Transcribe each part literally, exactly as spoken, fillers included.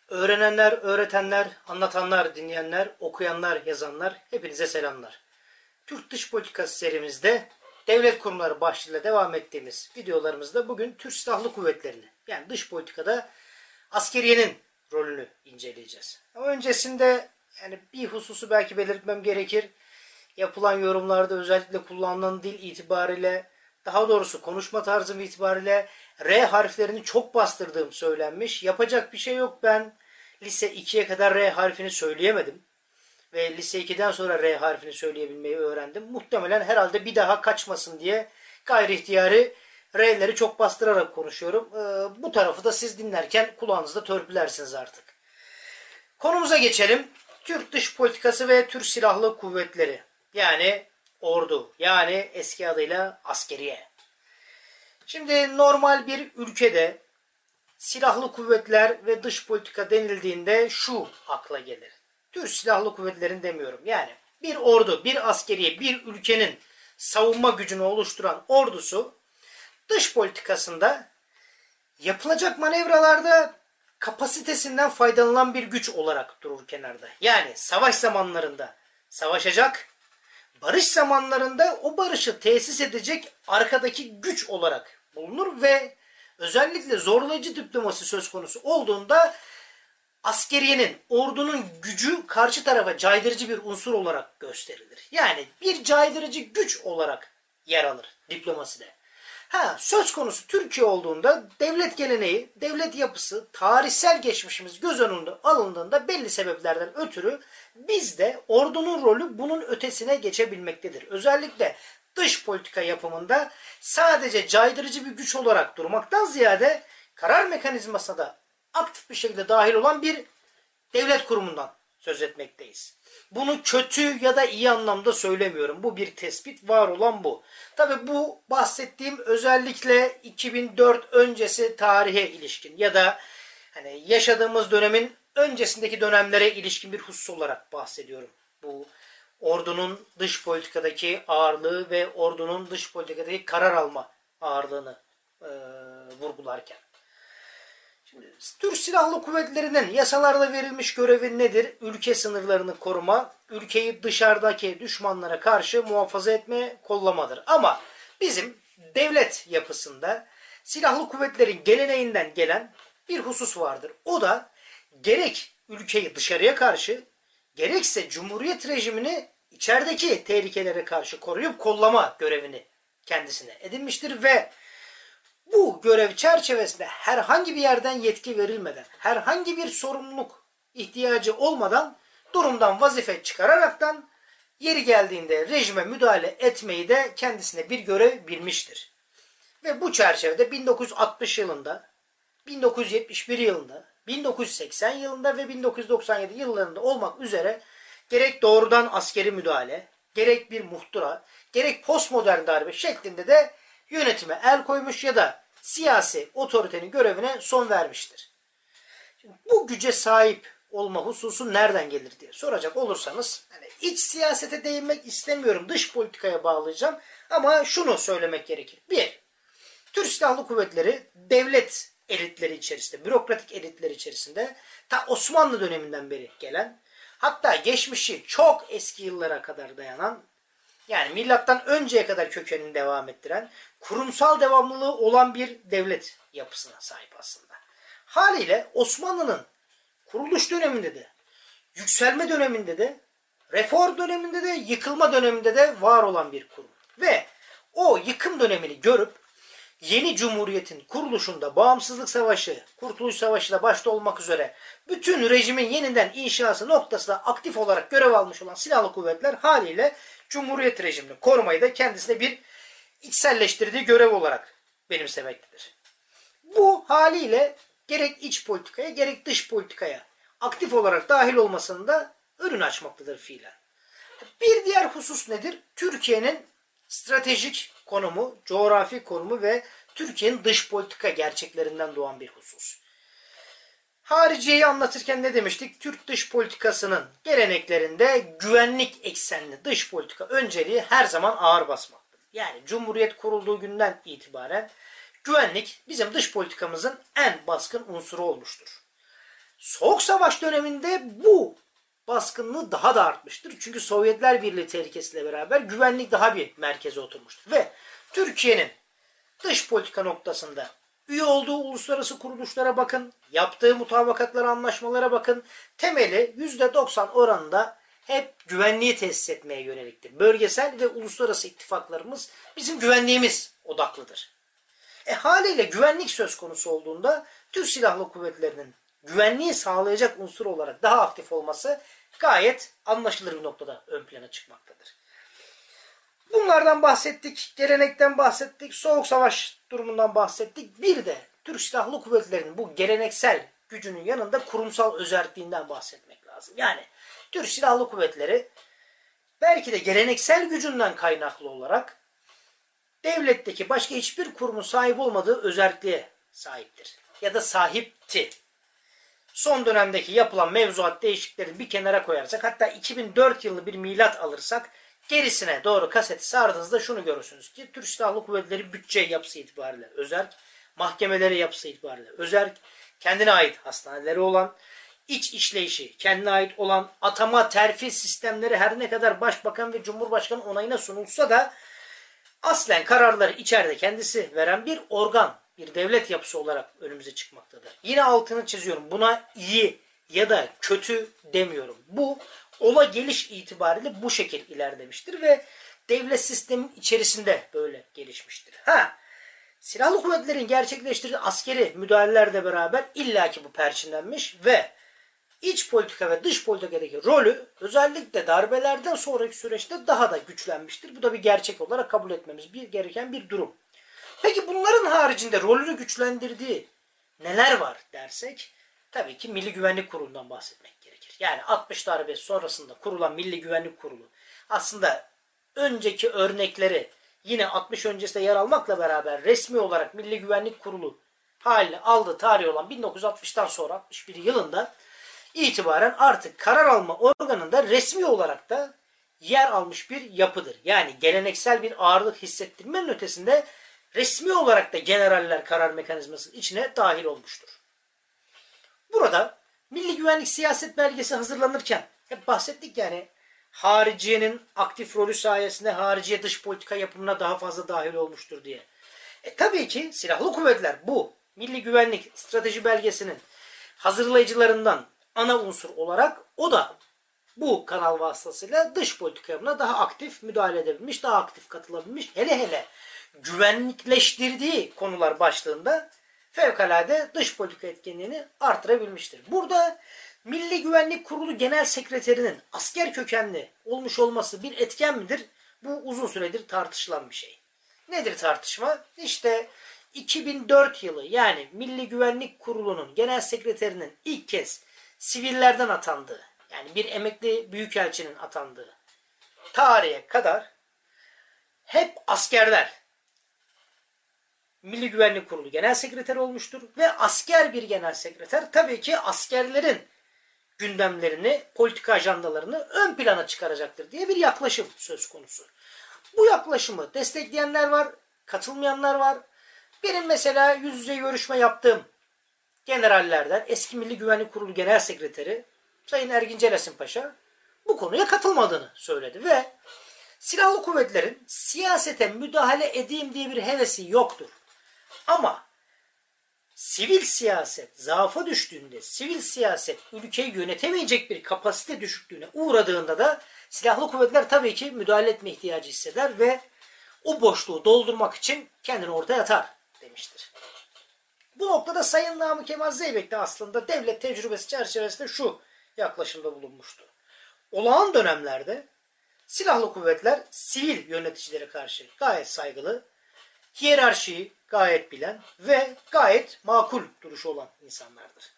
Öğrenenler, öğretenler, anlatanlar, dinleyenler, okuyanlar, yazanlar hepinize selamlar. Türk Dış Politikası serimizde devlet kurumları başlığıyla devam ettiğimiz videolarımızda bugün Türk Silahlı Kuvvetleri'ni yani dış politikada askeriyenin rolünü inceleyeceğiz. Ama öncesinde yani bir hususu belki belirtmem gerekir. Yapılan yorumlarda özellikle kullanılan dil itibariyle, daha doğrusu konuşma tarzım itibariyle R harflerini çok bastırdığım söylenmiş. Yapacak bir şey yok, ben lise ikiye kadar R harfini söyleyemedim. Ve lise ikiden sonra R harfini söyleyebilmeyi öğrendim. Muhtemelen herhalde bir daha kaçmasın diye gayri ihtiyari R'leri çok bastırarak konuşuyorum. Ee, bu tarafı da siz dinlerken kulağınızda törpülersiniz artık. Konumuza geçelim. Türk dış politikası ve Türk Silahlı Kuvvetleri. Yani ordu. Yani eski adıyla askeriye. Şimdi normal bir ülkede silahlı kuvvetler ve dış politika denildiğinde şu akla gelir. Türk Silahlı Kuvvetleri'ni demiyorum. Yani bir ordu, bir askeriye, bir ülkenin savunma gücünü oluşturan ordusu dış politikasında yapılacak manevralarda kapasitesinden faydalanılan bir güç olarak durur kenarda. Yani savaş zamanlarında savaşacak, barış zamanlarında o barışı tesis edecek arkadaki güç olarak bulunur ve özellikle zorlayıcı diplomasi söz konusu olduğunda askeriyenin, ordunun gücü karşı tarafa caydırıcı bir unsur olarak gösterilir. Yani bir caydırıcı güç olarak yer alır diplomaside. Ha, söz konusu Türkiye olduğunda devlet geleneği, devlet yapısı, tarihsel geçmişimiz göz önünde alındığında belli sebeplerden ötürü bizde ordunun rolü bunun ötesine geçebilmektedir. Özellikle dış politika yapımında sadece caydırıcı bir güç olarak durmaktan ziyade karar mekanizmasına da aktif bir şekilde dahil olan bir devlet kurumundan söz etmekteyiz. Bunu kötü ya da iyi anlamda söylemiyorum. Bu bir tespit, var olan bu. Tabii bu bahsettiğim özellikle iki bin dört öncesi tarihe ilişkin ya da hani yaşadığımız dönemin öncesindeki dönemlere ilişkin bir husus olarak bahsediyorum. Bu ordunun dış politikadaki ağırlığı ve ordunun dış politikadaki karar alma ağırlığını e, vurgularken. Şimdi, Türk Silahlı Kuvvetleri'nin yasalarda verilmiş görevi nedir? Ülke sınırlarını koruma, ülkeyi dışarıdaki düşmanlara karşı muhafaza etme, kollamadır. Ama bizim devlet yapısında silahlı kuvvetlerin geleneğinden gelen bir husus vardır. O da gerek ülkeyi dışarıya karşı, gerekse Cumhuriyet rejimini içerideki tehlikelere karşı koruyup kollama görevini kendisine edinmiştir ve bu görev çerçevesinde herhangi bir yerden yetki verilmeden, herhangi bir sorumluluk ihtiyacı olmadan durumdan vazife çıkararaktan yeri geldiğinde rejime müdahale etmeyi de kendisine bir görev bilmiştir. Ve bu çerçevede bin dokuz yüz altmış yılında, bin dokuz yüz yetmiş bir yılında, bin dokuz yüz seksen yılında ve bin dokuz yüz doksan yedi yıllarında olmak üzere gerek doğrudan askeri müdahale, gerek bir muhtıra, gerek postmodern darbe şeklinde de yönetime el koymuş ya da siyasi otoritenin görevine son vermiştir. Şimdi bu güce sahip olma hususu nereden gelir diye soracak olursanız, hani iç siyasete değinmek istemiyorum, dış politikaya bağlayacağım ama şunu söylemek gerekir. Bir, Türk Silahlı Kuvvetleri devlet elitleri içerisinde, bürokratik elitleri içerisinde ta Osmanlı döneminden beri gelen, hatta geçmişi çok eski yıllara kadar dayanan, yani milattan önceye kadar kökenini devam ettiren, kurumsal devamlılığı olan bir devlet yapısına sahip aslında. Haliyle Osmanlı'nın kuruluş döneminde de, yükselme döneminde de, reform döneminde de, yıkılma döneminde de var olan bir kurum. Ve o yıkım dönemini görüp yeni cumhuriyetin kuruluşunda Bağımsızlık Savaşı, Kurtuluş Savaşı da başta olmak üzere bütün rejimin yeniden inşası noktasında aktif olarak görev almış olan silahlı kuvvetler haliyle Cumhuriyet rejimini korumayı da kendisine bir içselleştirdiği görev olarak benimsemektedir. Bu haliyle gerek iç politikaya gerek dış politikaya aktif olarak dahil olmasını da önünü açmaktadır fiilen. Bir diğer husus nedir? Türkiye'nin stratejik konumu, coğrafi konumu ve Türkiye'nin dış politika gerçeklerinden doğan bir husus. Hariciyeyi anlatırken ne demiştik? Türk dış politikasının geleneklerinde güvenlik eksenli dış politika önceliği her zaman ağır basmaktadır. Yani Cumhuriyet kurulduğu günden itibaren güvenlik bizim dış politikamızın en baskın unsuru olmuştur. Soğuk Savaş döneminde bu baskınlığı daha da artmıştır. Çünkü Sovyetler Birliği tehlikesiyle beraber güvenlik daha bir merkeze oturmuştur. Ve Türkiye'nin dış politika noktasında üye olduğu uluslararası kuruluşlara bakın, yaptığı mutabakatlara, anlaşmalara bakın. Temeli yüzde doksan oranında hep güvenliği tesis etmeye yöneliktir. Bölgesel ve uluslararası ittifaklarımız bizim güvenliğimiz odaklıdır. E haliyle güvenlik söz konusu olduğunda Türk Silahlı Kuvvetleri'nin güvenliği sağlayacak unsur olarak daha aktif olması gayet anlaşılır bir noktada ön plana çıkmaktadır. Bunlardan bahsettik, gelenekten bahsettik, Soğuk Savaş durumundan bahsettik. Bir de Türk Silahlı Kuvvetleri'nin bu geleneksel gücünün yanında kurumsal özerkliğinden bahsetmek lazım. Yani Türk Silahlı Kuvvetleri belki de geleneksel gücünden kaynaklı olarak devletteki başka hiçbir kurumun sahip olmadığı özerkliğe sahiptir. Ya da sahipti. Son dönemdeki yapılan mevzuat değişikliklerini bir kenara koyarsak, hatta iki bin dört yılını bir milat alırsak, gerisine doğru kaseti sardığınızda şunu görürsünüz ki Türk Silahlı Kuvvetleri bütçe yapısı itibariyle özerk, mahkemeleri yapısı itibariyle özerk, kendine ait hastaneleri olan, iç işleyişi kendine ait olan, atama, terfi sistemleri her ne kadar Başbakan ve Cumhurbaşkanı onayına sunulsa da aslen kararları içeride kendisi veren bir organ, bir devlet yapısı olarak önümüze çıkmaktadır. Yine altını çiziyorum. Buna iyi ya da kötü demiyorum. Bu ola geliş itibariyle bu şekil ilerlemiştir ve devlet sistemin içerisinde böyle gelişmiştir. Ha, Silahlı Kuvvetlerin gerçekleştirdiği askeri müdahalelerle beraber illaki bu perçinlenmiş ve iç politika ve dış politikadaki rolü özellikle darbelerden sonraki süreçte daha da güçlenmiştir. Bu da bir gerçek olarak kabul etmemiz bir gereken bir durum. Peki bunların haricinde rolünü güçlendirdiği neler var dersek, tabii ki Milli Güvenlik Kurulu'ndan bahsetmek gerekir. Yani altmış darbesi sonrasında kurulan Milli Güvenlik Kurulu aslında önceki örnekleri yine altmış öncesinde yer almakla beraber resmi olarak Milli Güvenlik Kurulu haline aldığı tarih olan bin dokuz yüz altmıştan sonra altmış bir yılında itibaren artık karar alma organında resmi olarak da yer almış bir yapıdır. Yani geleneksel bir ağırlık hissettirmenin ötesinde resmi olarak da generaller karar mekanizmasının içine dahil olmuştur. Burada Milli Güvenlik Siyaset Belgesi hazırlanırken hep bahsettik, yani hariciyenin aktif rolü sayesinde hariciye dış politika yapımına daha fazla dahil olmuştur diye. E tabii ki Silahlı Kuvvetler bu Milli Güvenlik Strateji Belgesi'nin hazırlayıcılarından ana unsur olarak o da bu kanal vasıtasıyla dış politika yapımına daha aktif müdahale edebilmiş, daha aktif katılabilmiş. Hele hele güvenlikleştirdiği konular başlığında fevkalade dış politika etkinliğini artırabilmiştir. Burada Milli Güvenlik Kurulu Genel Sekreterinin asker kökenli olmuş olması bir etken midir? Bu uzun süredir tartışılan bir şey. Nedir tartışma? İşte iki bin dört yılı, yani Milli Güvenlik Kurulu'nun genel sekreterinin ilk kez sivillerden atandığı, yani bir emekli büyükelçinin atandığı tarihe kadar hep askerler Milli Güvenlik Kurulu Genel Sekreteri olmuştur ve asker bir genel sekreter tabii ki askerlerin gündemlerini, politika ajandalarını ön plana çıkaracaktır diye bir yaklaşım söz konusu. Bu yaklaşımı destekleyenler var, katılmayanlar var. Benim mesela yüz yüze görüşme yaptığım generallerden eski Milli Güvenlik Kurulu Genel Sekreteri Sayın Ergin Celasin Paşa bu konuya katılmadığını söyledi ve Silahlı Kuvvetlerin siyasete müdahale edeyim diye bir hevesi yoktur. Ama sivil siyaset zaafa düştüğünde, sivil siyaset ülkeyi yönetemeyecek bir kapasite düşüklüğüne uğradığında da Silahlı Kuvvetler tabii ki müdahale etme ihtiyacı hisseder ve o boşluğu doldurmak için kendini ortaya atar demiştir. Bu noktada Sayın Namık Kemal Zeybek de aslında devlet tecrübesi çerçevesinde şu yaklaşımda bulunmuştu. Olağan dönemlerde Silahlı Kuvvetler sivil yöneticilere karşı gayet saygılı, hiyerarşiyi gayet bilen ve gayet makul duruşu olan insanlardır.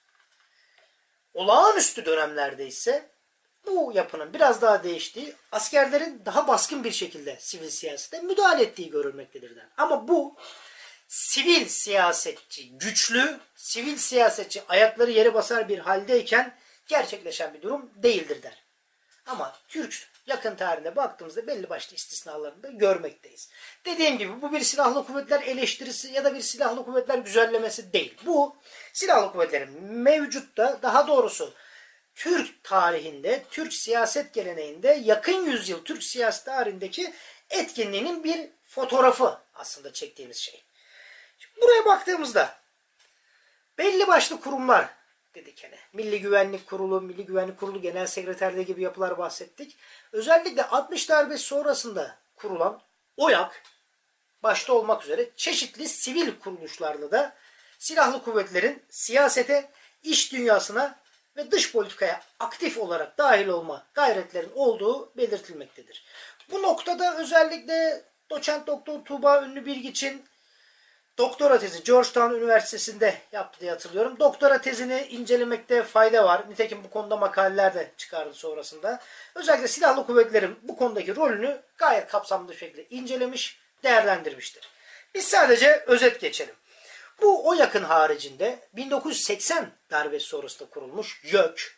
Olağanüstü dönemlerde ise bu yapının biraz daha değiştiği, askerlerin daha baskın bir şekilde sivil siyasete müdahale ettiği görülmektedir der. Ama bu sivil siyasetçi güçlü, sivil siyasetçi ayakları yere basar bir haldeyken gerçekleşen bir durum değildir der. Ama Türk yakın tarihine baktığımızda belli başlı istisnalarını da görmekteyiz. Dediğim gibi bu bir silahlı kuvvetler eleştirisi ya da bir silahlı kuvvetler güzellemesi değil. Bu silahlı kuvvetlerin mevcutta, daha doğrusu Türk tarihinde, Türk siyaset geleneğinde yakın yüzyıl Türk siyaset tarihindeki etkinliğinin bir fotoğrafı aslında çektiğimiz şey. Şimdi buraya baktığımızda belli başlı kurumlar dedik hani. Milli Güvenlik Kurulu, Milli Güvenlik Kurulu Genel Sekreterliği gibi yapılar bahsettik. Özellikle altmış darbesi sonrasında kurulan OYAK başta olmak üzere çeşitli sivil kuruluşlarla da silahlı kuvvetlerin siyasete, iş dünyasına ve dış politikaya aktif olarak dahil olma gayretlerin olduğu belirtilmektedir. Bu noktada özellikle doçent doktor Tuğba Ünlü Bilgiç'in doktora tezi Georgetown Üniversitesi'nde yaptı diye hatırlıyorum. Doktora tezini incelemekte fayda var. Nitekim bu konuda makaleler de çıkardı sonrasında. Özellikle silahlı kuvvetlerin bu konudaki rolünü gayet kapsamlı bir şekilde incelemiş, değerlendirmiştir. Biz sadece özet geçelim. Bu OYAK'ın haricinde bin dokuz yüz seksen darbesi sonrasında kurulmuş YÖK,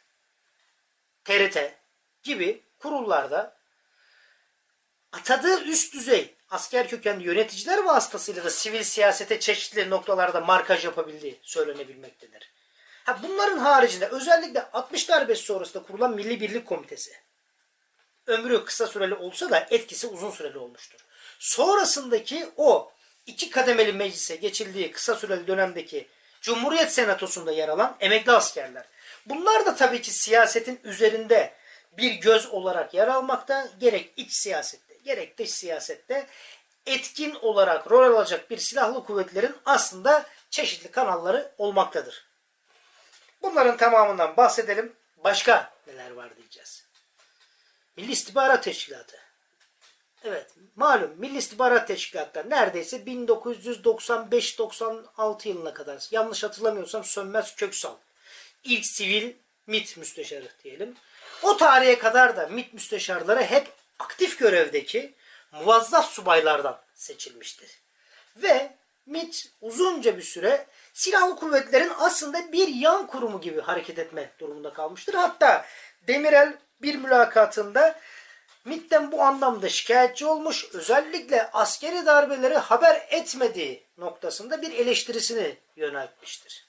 T R T gibi kurullarda atadığı üst düzey asker kökenli yöneticiler vasıtasıyla da sivil siyasete çeşitli noktalarda markaj yapabildiği söylenebilmektedir. Ha, bunların haricinde özellikle altmış darbesi sonrasında kurulan Milli Birlik Komitesi ömrü kısa süreli olsa da etkisi uzun süreli olmuştur. Sonrasındaki o iki kademeli meclise geçildiği kısa süreli dönemdeki Cumhuriyet Senatosu'nda yer alan emekli askerler. Bunlar da tabii ki siyasetin üzerinde bir göz olarak yer almakta, gerek iç siyasette gerek dış siyasette etkin olarak rol alacak bir silahlı kuvvetlerin aslında çeşitli kanalları olmaktadır. Bunların tamamından bahsedelim. Başka neler var diyeceğiz. Milli İstihbarat Teşkilatı. Evet, malum Milli İstihbarat Teşkilatı neredeyse bin dokuz yüz doksan beş doksan altı yılına kadar, yanlış hatırlamıyorsam Sönmez Köksal, ilk sivil MİT müsteşarı diyelim. O tarihe kadar da MİT müsteşarları hep aktif görevdeki muvazzaf subaylardan seçilmiştir. Ve MİT uzunca bir süre silahlı kuvvetlerin aslında bir yan kurumu gibi hareket etme durumunda kalmıştır. Hatta Demirel bir mülakatında MİT'ten bu anlamda şikayetçi olmuş, özellikle askeri darbeleri haber etmediği noktasında bir eleştirisini yöneltmiştir.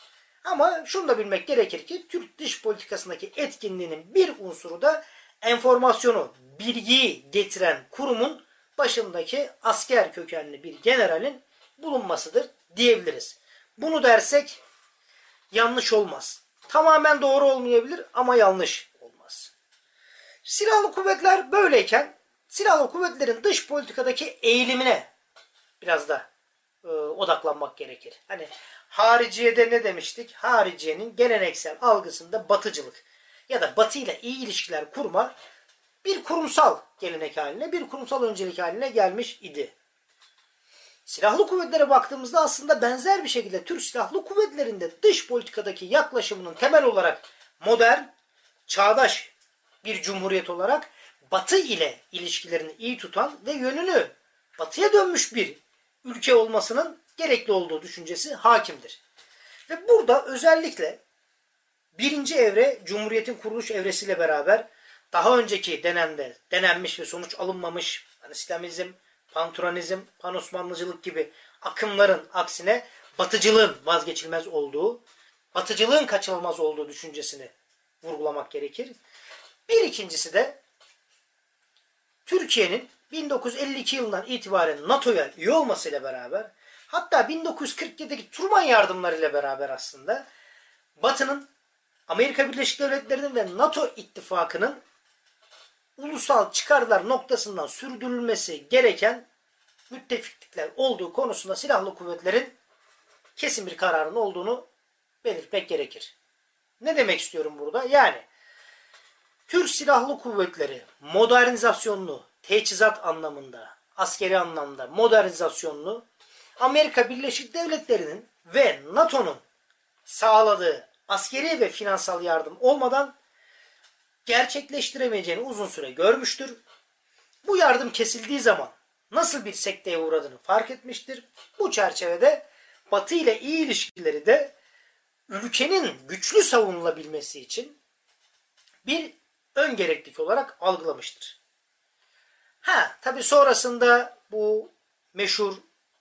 Ama şunu da bilmek gerekir ki Türk dış politikasındaki etkinliğinin bir unsuru da enformasyonu, bilgiyi getiren kurumun başındaki asker kökenli bir generalin bulunmasıdır diyebiliriz. Bunu dersek yanlış olmaz. Tamamen doğru olmayabilir ama yanlış olmaz. Silahlı kuvvetler böyleyken silahlı kuvvetlerin dış politikadaki eğilimine biraz da e, odaklanmak gerekir. Hani hariciyede ne demiştik? Hariciyenin geleneksel algısında batıcılık ya da batı ile iyi ilişkiler kurma bir kurumsal gelenek haline, bir kurumsal öncelik haline gelmiş idi. Silahlı kuvvetlere baktığımızda aslında benzer bir şekilde Türk Silahlı Kuvvetleri'nde dış politikadaki yaklaşımının temel olarak modern, çağdaş bir cumhuriyet olarak Batı ile ilişkilerini iyi tutan ve yönünü Batı'ya dönmüş bir ülke olmasının gerekli olduğu düşüncesi hakimdir. Ve burada özellikle birinci evre Cumhuriyet'in kuruluş evresiyle beraber daha önceki denemde denenmiş ve sonuç alınmamış hani İslamizm, Panturanizm, Panosmanlıcılık gibi akımların aksine Batıcılığın vazgeçilmez olduğu, Batıcılığın kaçınılmaz olduğu düşüncesini vurgulamak gerekir. Bir ikincisi de Türkiye'nin bin dokuz yüz elli iki yılından itibaren NATO'ya üye olmasıyla beraber, hatta bin dokuz yüz kırk yedideki Truman yardımlarıyla beraber aslında Batı'nın, Amerika Birleşik Devletleri'nin ve NATO ittifakının ulusal çıkarlar noktasından sürdürülmesi gereken müttefiklikler olduğu konusunda silahlı kuvvetlerin kesin bir kararın olduğunu belirtmek gerekir. Ne demek istiyorum burada? Yani Türk Silahlı Kuvvetleri modernizasyonlu, teçhizat anlamında, askeri anlamda modernizasyonlu, Amerika Birleşik Devletleri'nin ve NATO'nun sağladığı askeri ve finansal yardım olmadan gerçekleştiremeyeceğini uzun süre görmüştür. Bu yardım kesildiği zaman nasıl bir sekteye uğradığını fark etmiştir. Bu çerçevede Batı ile iyi ilişkileri de ülkenin güçlü savunulabilmesi için bir ön gereklilik olarak algılamıştır. Ha, tabi sonrasında bu meşhur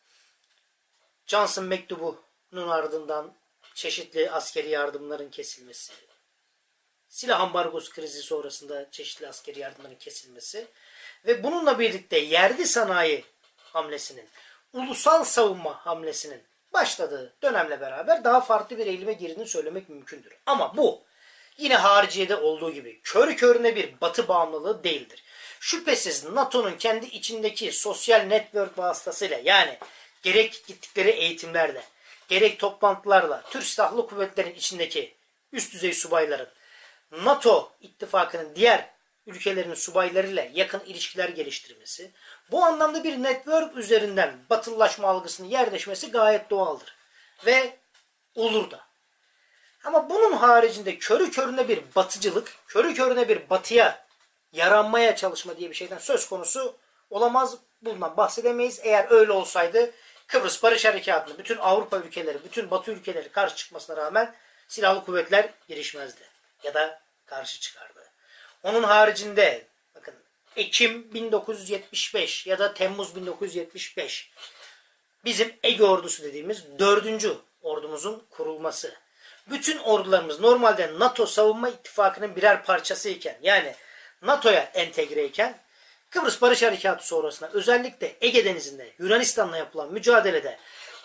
Johnson mektubunun ardından çeşitli askeri yardımların kesilmesi, silah ambargosu krizi sonrasında çeşitli askeri yardımların kesilmesi ve bununla birlikte yerli sanayi hamlesinin, ulusal savunma hamlesinin başladığı dönemle beraber daha farklı bir eğilime girdiğini söylemek mümkündür. Ama bu yine hariciyede olduğu gibi körü körüne bir batı bağımlılığı değildir. Şüphesiz NATO'nun kendi içindeki sosyal network vasıtasıyla, yani gerek gittikleri eğitimlerle, gerek toplantılarla Türk Silahlı Kuvvetleri'nin içindeki üst düzey subayların NATO ittifakının diğer ülkelerinin subaylarıyla yakın ilişkiler geliştirmesi, bu anlamda bir network üzerinden batılılaşma algısının yerleşmesi gayet doğaldır. Ve olur da. Ama bunun haricinde körü körüne bir batıcılık, körü körüne bir batıya yaranmaya çalışma diye bir şeyden söz konusu olamaz. Bundan bahsedemeyiz. Eğer öyle olsaydı Kıbrıs Barış Harekatı'nın bütün Avrupa ülkeleri, bütün Batı ülkeleri karşı çıkmasına rağmen silahlı kuvvetler girişmezdi. Ya da karşı çıkardı. Onun haricinde bakın Ekim bin dokuz yüz yetmiş beş ya da Temmuz bin dokuz yüz yetmiş beş bizim Ege Ordusu dediğimiz dördüncü ordumuzun kurulması. Bütün ordularımız normalde NATO Savunma İttifakı'nın birer parçasıyken, yani NATO'ya entegreyken, Kıbrıs Barış Harekatı sonrasında özellikle Ege Denizi'nde Yunanistan'la yapılan mücadelede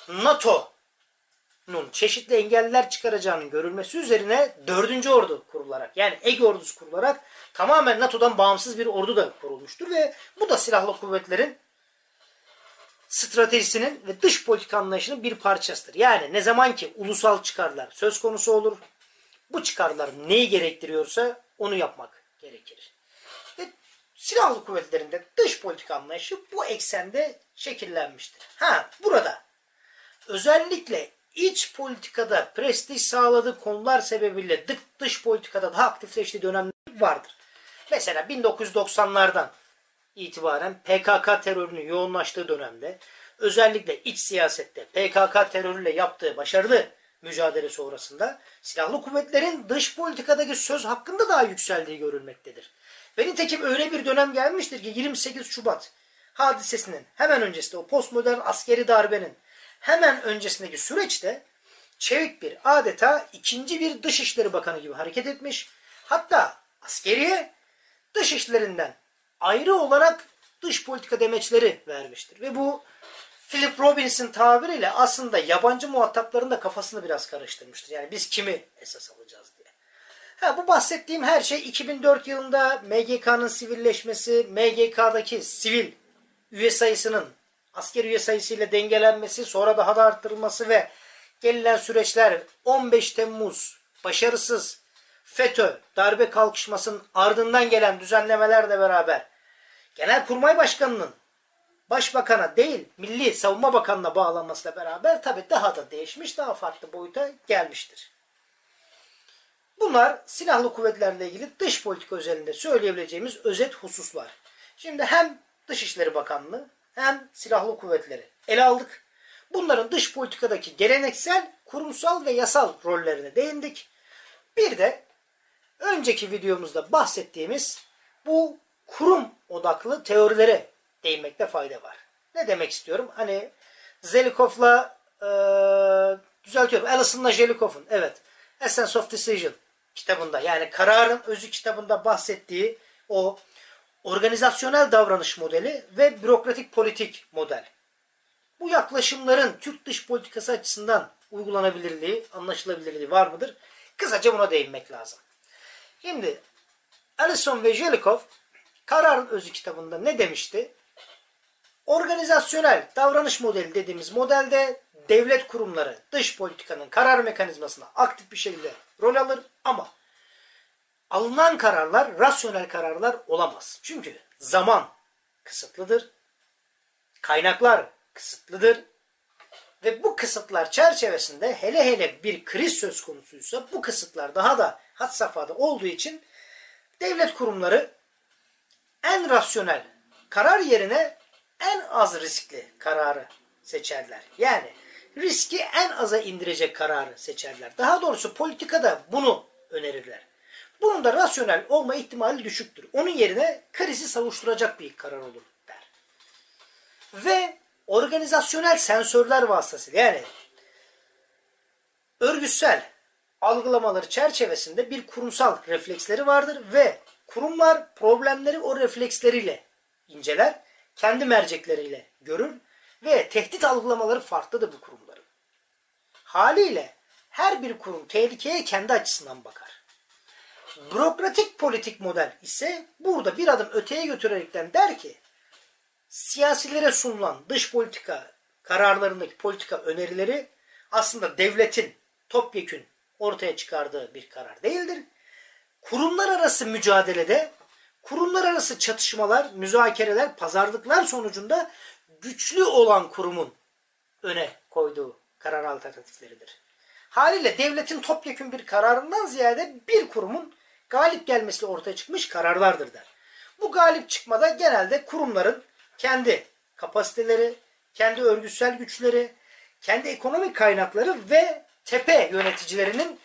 NATO'nun çeşitli engeller çıkaracağının görülmesi üzerine dördüncü ordu kurularak, yani Ege Ordusu kurularak tamamen NATO'dan bağımsız bir ordu da kurulmuştur ve bu da silahlı kuvvetlerin stratejisinin ve dış politika anlayışının bir parçasıdır. Yani ne zaman ki ulusal çıkarlar söz konusu olur, bu çıkarlar neyi gerektiriyorsa onu yapmak gerekir. Ve silahlı kuvvetlerin de dış politika anlayışı bu eksende şekillenmiştir. Ha, burada özellikle iç politikada prestij sağladığı konular sebebiyle dış politikada daha aktifleştiği dönemler vardır. Mesela bin dokuz yüz doksanlardan itibaren P K K terörünün yoğunlaştığı dönemde, özellikle iç siyasette P K K terörüyle yaptığı başarılı mücadele sonrasında silahlı kuvvetlerin dış politikadaki söz hakkında daha yükseldiği görülmektedir. Ve nitekim öyle bir dönem gelmiştir ki yirmi sekiz Şubat hadisesinin hemen öncesinde, o postmodern askeri darbenin hemen öncesindeki süreçte Çevik bir adeta ikinci bir Dışişleri Bakanı gibi hareket etmiş. Hatta askeriye dış işlerinden ayrı olarak dış politika demeçleri vermiştir. Ve bu Philip Robbins'in tabiriyle aslında yabancı muhatapların da kafasını biraz karıştırmıştır. Yani biz kimi esas alacağız diye. Ha, bu bahsettiğim her şey iki bin dört yılında M G K'nın sivilleşmesi, M G K'daki sivil üye sayısının asker üye sayısıyla dengelenmesi, sonra daha da arttırılması ve gelinen süreçler on beş Temmuz başarısız FETÖ darbe kalkışmasının ardından gelen düzenlemelerle beraber Genelkurmay Başkanı'nın Başbakan'a değil Milli Savunma Bakanı'na bağlanmasıyla beraber tabii daha da değişmiş, daha farklı boyuta gelmiştir. Bunlar silahlı kuvvetlerle ilgili dış politika özelinde söyleyebileceğimiz özet hususlar. Şimdi hem Dışişleri Bakanlığı hem silahlı kuvvetleri ele aldık. Bunların dış politikadaki geleneksel, kurumsal ve yasal rollerine değindik. Bir de önceki videomuzda bahsettiğimiz bu kurum odaklı teorilere değinmekte fayda var. Ne demek istiyorum? Hani Zelikoff'la e, düzeltiyorum. Allison'la Zelikoff'un, evet, Essence of Decision kitabında, yani Kararın Özü kitabında bahsettiği o organizasyonel davranış modeli ve bürokratik politik model. Bu yaklaşımların Türk dış politikası açısından uygulanabilirliği, anlaşılabilirliği var mıdır? Kısaca buna değinmek lazım. Şimdi Allison ve Zelikoff Kararın Özü kitabında ne demişti? Organizasyonel davranış modeli dediğimiz modelde devlet kurumları dış politikanın karar mekanizmasına aktif bir şekilde rol alır ama alınan kararlar rasyonel kararlar olamaz. Çünkü zaman kısıtlıdır, kaynaklar kısıtlıdır ve bu kısıtlar çerçevesinde hele hele bir kriz söz konusuysa bu kısıtlar daha da had safhada olduğu için devlet kurumları en rasyonel karar yerine en az riskli kararı seçerler. Yani riski en aza indirecek kararı seçerler. Daha doğrusu politikada bunu önerirler. Bunun da rasyonel olma ihtimali düşüktür. Onun yerine krizi savuşturacak bir karar olur der. Ve organizasyonel sensörler vasıtasıyla, yani örgütsel algılamaları çerçevesinde bir kurumsal refleksleri vardır ve kurumlar problemleri o refleksleriyle inceler, kendi mercekleriyle görür ve tehdit algılamaları farklıdır bu kurumların. Haliyle her bir kurum tehlikeye kendi açısından bakar. Bürokratik politik model ise burada bir adım öteye götürerekten der ki, siyasilere sunulan dış politika kararlarındaki politika önerileri aslında devletin topyekün ortaya çıkardığı bir karar değildir. Kurumlar arası mücadelede, kurumlar arası çatışmalar, müzakereler, pazarlıklar sonucunda güçlü olan kurumun öne koyduğu karar alternatifleridir. Haliyle devletin topyekün bir kararından ziyade bir kurumun galip gelmesiyle ortaya çıkmış kararlardır der. Bu galip çıkmada genelde kurumların kendi kapasiteleri, kendi örgütsel güçleri, kendi ekonomik kaynakları ve tepe yöneticilerinin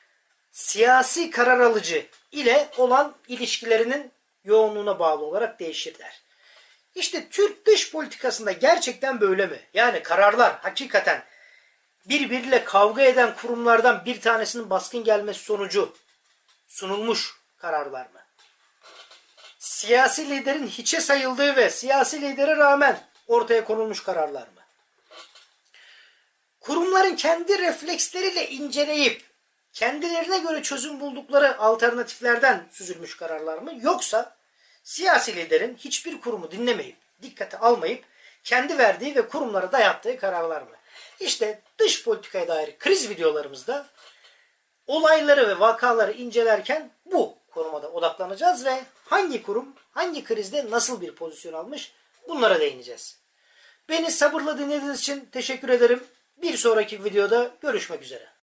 siyasi karar alıcı ile olan ilişkilerinin yoğunluğuna bağlı olarak değişirler. İşte Türk dış politikasında gerçekten böyle mi? Yani kararlar hakikaten birbiriyle kavga eden kurumlardan bir tanesinin baskın gelmesi sonucu sunulmuş kararlar mı? Siyasi liderin hiçe sayıldığı ve siyasi lidere rağmen ortaya konulmuş kararlar mı? Kurumların kendi refleksleriyle inceleyip kendilerine göre çözüm buldukları alternatiflerden süzülmüş kararlar mı? Yoksa siyasi liderin hiçbir kurumu dinlemeyip, dikkate almayıp kendi verdiği ve kurumlara dayattığı kararlar mı? İşte dış politikaya dair kriz videolarımızda olayları ve vakaları incelerken bu kuruma da odaklanacağız ve hangi kurum, hangi krizde nasıl bir pozisyon almış bunlara değineceğiz. Beni sabırla dinlediğiniz için teşekkür ederim. Bir sonraki videoda görüşmek üzere.